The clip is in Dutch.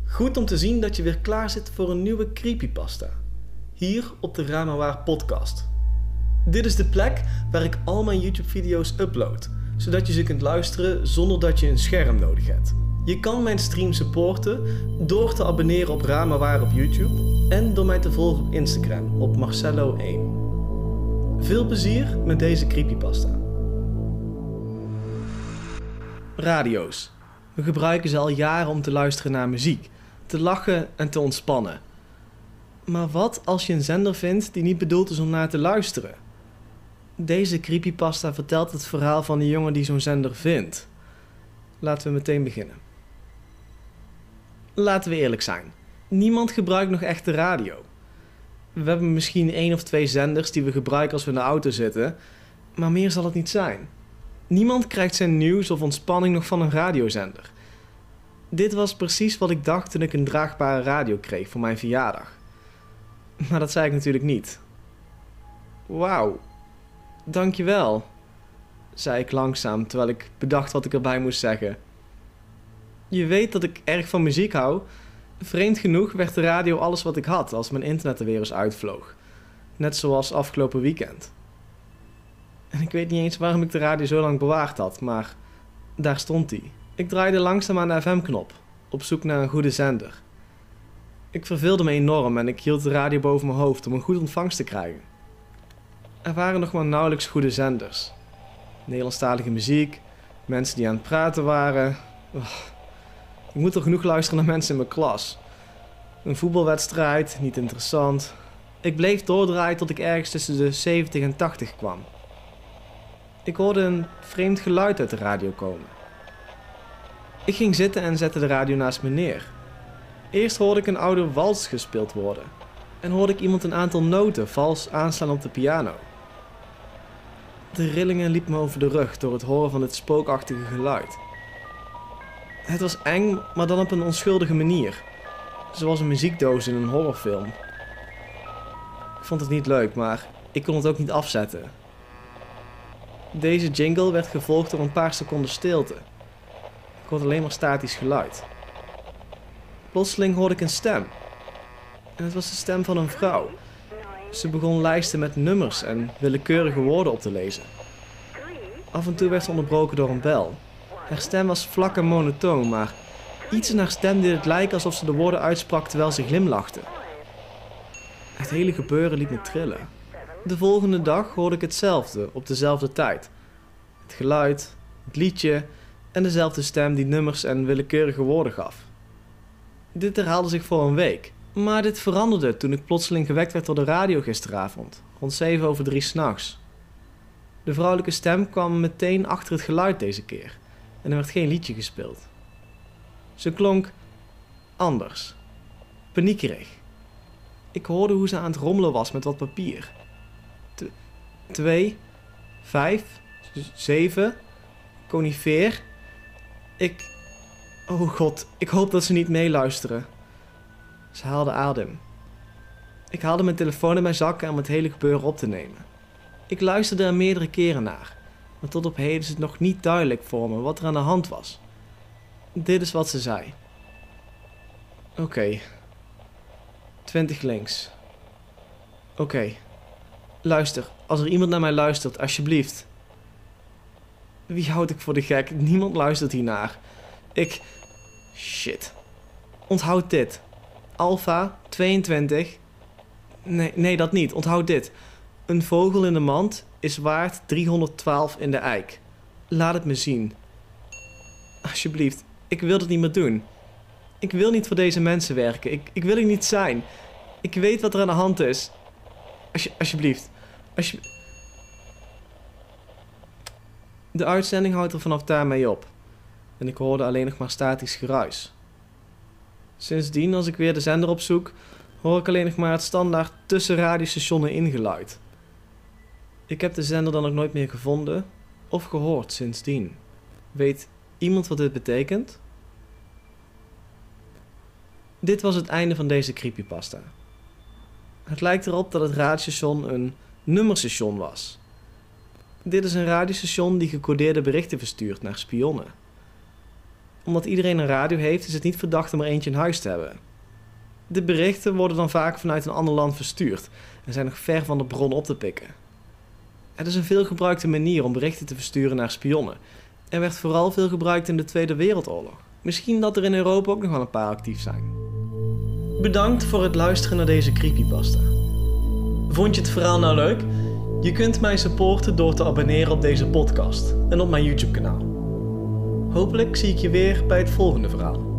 Goed om te zien dat je weer klaar zit voor een nieuwe creepypasta. Hier op de Raar maar Waar podcast. Dit is de plek waar ik al mijn YouTube-video's upload, zodat je ze kunt luisteren zonder dat je een scherm nodig hebt. Je kan mijn stream supporten door te abonneren op Raar maar Waar op YouTube en door mij te volgen op Instagram op Marcello1. Veel plezier met deze creepypasta. Radio's. We gebruiken ze al jaren om te luisteren naar muziek, te lachen en te ontspannen. Maar wat als je een zender vindt die niet bedoeld is om naar te luisteren? Deze creepypasta vertelt het verhaal van de jongen die zo'n zender vindt. Laten we meteen beginnen. Laten we eerlijk zijn. Niemand gebruikt nog echt de radio. We hebben misschien 1 of 2 zenders die we gebruiken als we in de auto zitten, maar meer zal het niet zijn. Niemand krijgt zijn nieuws of ontspanning nog van een radiozender. Dit was precies wat ik dacht toen ik een draagbare radio kreeg voor mijn verjaardag. Maar dat zei ik natuurlijk niet. Wauw, dankjewel, zei ik langzaam terwijl ik bedacht wat ik erbij moest zeggen. Je weet dat ik erg van muziek hou. Vreemd genoeg werd de radio alles wat ik had als mijn internet er weer eens uitvloog. Net zoals afgelopen weekend. En ik weet niet eens waarom ik de radio zo lang bewaard had, maar daar stond hij. Ik draaide langzaam aan de FM-knop, op zoek naar een goede zender. Ik verveelde me enorm en ik hield de radio boven mijn hoofd om een goede ontvangst te krijgen. Er waren nog maar nauwelijks goede zenders. Nederlandstalige muziek, mensen die aan het praten waren. Ik moet toch genoeg luisteren naar mensen in mijn klas. Een voetbalwedstrijd, niet interessant. Ik bleef doordraaien tot ik ergens tussen de 70 en 80 kwam. Ik hoorde een vreemd geluid uit de radio komen. Ik ging zitten en zette de radio naast me neer. Eerst hoorde ik een oude wals gespeeld worden. En hoorde ik iemand een aantal noten vals aanslaan op de piano. De rillingen liepen me over de rug door het horen van dit spookachtige geluid. Het was eng, maar dan op een onschuldige manier. Zoals een muziekdoos in een horrorfilm. Ik vond het niet leuk, maar ik kon het ook niet afzetten. Deze jingle werd gevolgd door een paar seconden stilte. Ik hoorde alleen maar statisch geluid. Plotseling hoorde ik een stem. En het was de stem van een vrouw. Ze begon lijsten met nummers en willekeurige woorden op te lezen. Af en toe werd ze onderbroken door een bel. Haar stem was vlak en monotoon, maar iets in haar stem deed het lijken alsof ze de woorden uitsprak terwijl ze glimlachte. Het hele gebeuren liet me trillen. De volgende dag hoorde ik hetzelfde, op dezelfde tijd. Het geluid, het liedje en dezelfde stem die nummers en willekeurige woorden gaf. Dit herhaalde zich voor een week, maar dit veranderde toen ik plotseling gewekt werd door de radio gisteravond, rond 2:07 'nachts. De vrouwelijke stem kwam meteen achter het geluid deze keer en er werd geen liedje gespeeld. Ze klonk anders, paniekerig. Ik hoorde hoe ze aan het rommelen was met wat papier. 2, 5, 7, conifeer. Oh god, ik hoop dat ze niet meeluisteren. Ze haalde adem. Ik haalde mijn telefoon in mijn zak om het hele gebeuren op te nemen. Ik luisterde er meerdere keren naar, maar tot op heden is het nog niet duidelijk voor me wat er aan de hand was. Dit is wat ze zei. Oké. 20 links. Oké. Luister, als er iemand naar mij luistert, alsjeblieft. Wie houd ik voor de gek? Niemand luistert hiernaar. Shit. Onthoud dit. Alpha 22. Nee, dat niet. Onthoud dit. Een vogel in de mand is waard 312 in de eik. Laat het me zien. Alsjeblieft, ik wil het niet meer doen. Ik wil niet voor deze mensen werken. Ik wil er niet zijn. Ik weet wat er aan de hand is. Alsjeblieft. De uitzending houdt er vanaf daarmee op. En ik hoorde alleen nog maar statisch geruis. Sindsdien, als ik weer de zender opzoek, hoor ik alleen nog maar het standaard tussen radiostationen ingeluid. Ik heb de zender dan ook nooit meer gevonden of gehoord sindsdien. Weet iemand wat dit betekent? Dit was het einde van deze creepypasta. Het lijkt erop dat het radiostation een nummerstation was. Dit is een radiostation die gecodeerde berichten verstuurt naar spionnen. Omdat iedereen een radio heeft, is het niet verdacht om er eentje in huis te hebben. De berichten worden dan vaak vanuit een ander land verstuurd en zijn nog ver van de bron op te pikken. Het is een veelgebruikte manier om berichten te versturen naar spionnen. Er werd vooral veel gebruikt in de Tweede Wereldoorlog. Misschien dat er in Europa ook nog wel een paar actief zijn. Bedankt voor het luisteren naar deze creepypasta. Vond je het verhaal nou leuk? Je kunt mij supporten door te abonneren op deze podcast en op mijn YouTube kanaal. Hopelijk zie ik je weer bij het volgende verhaal.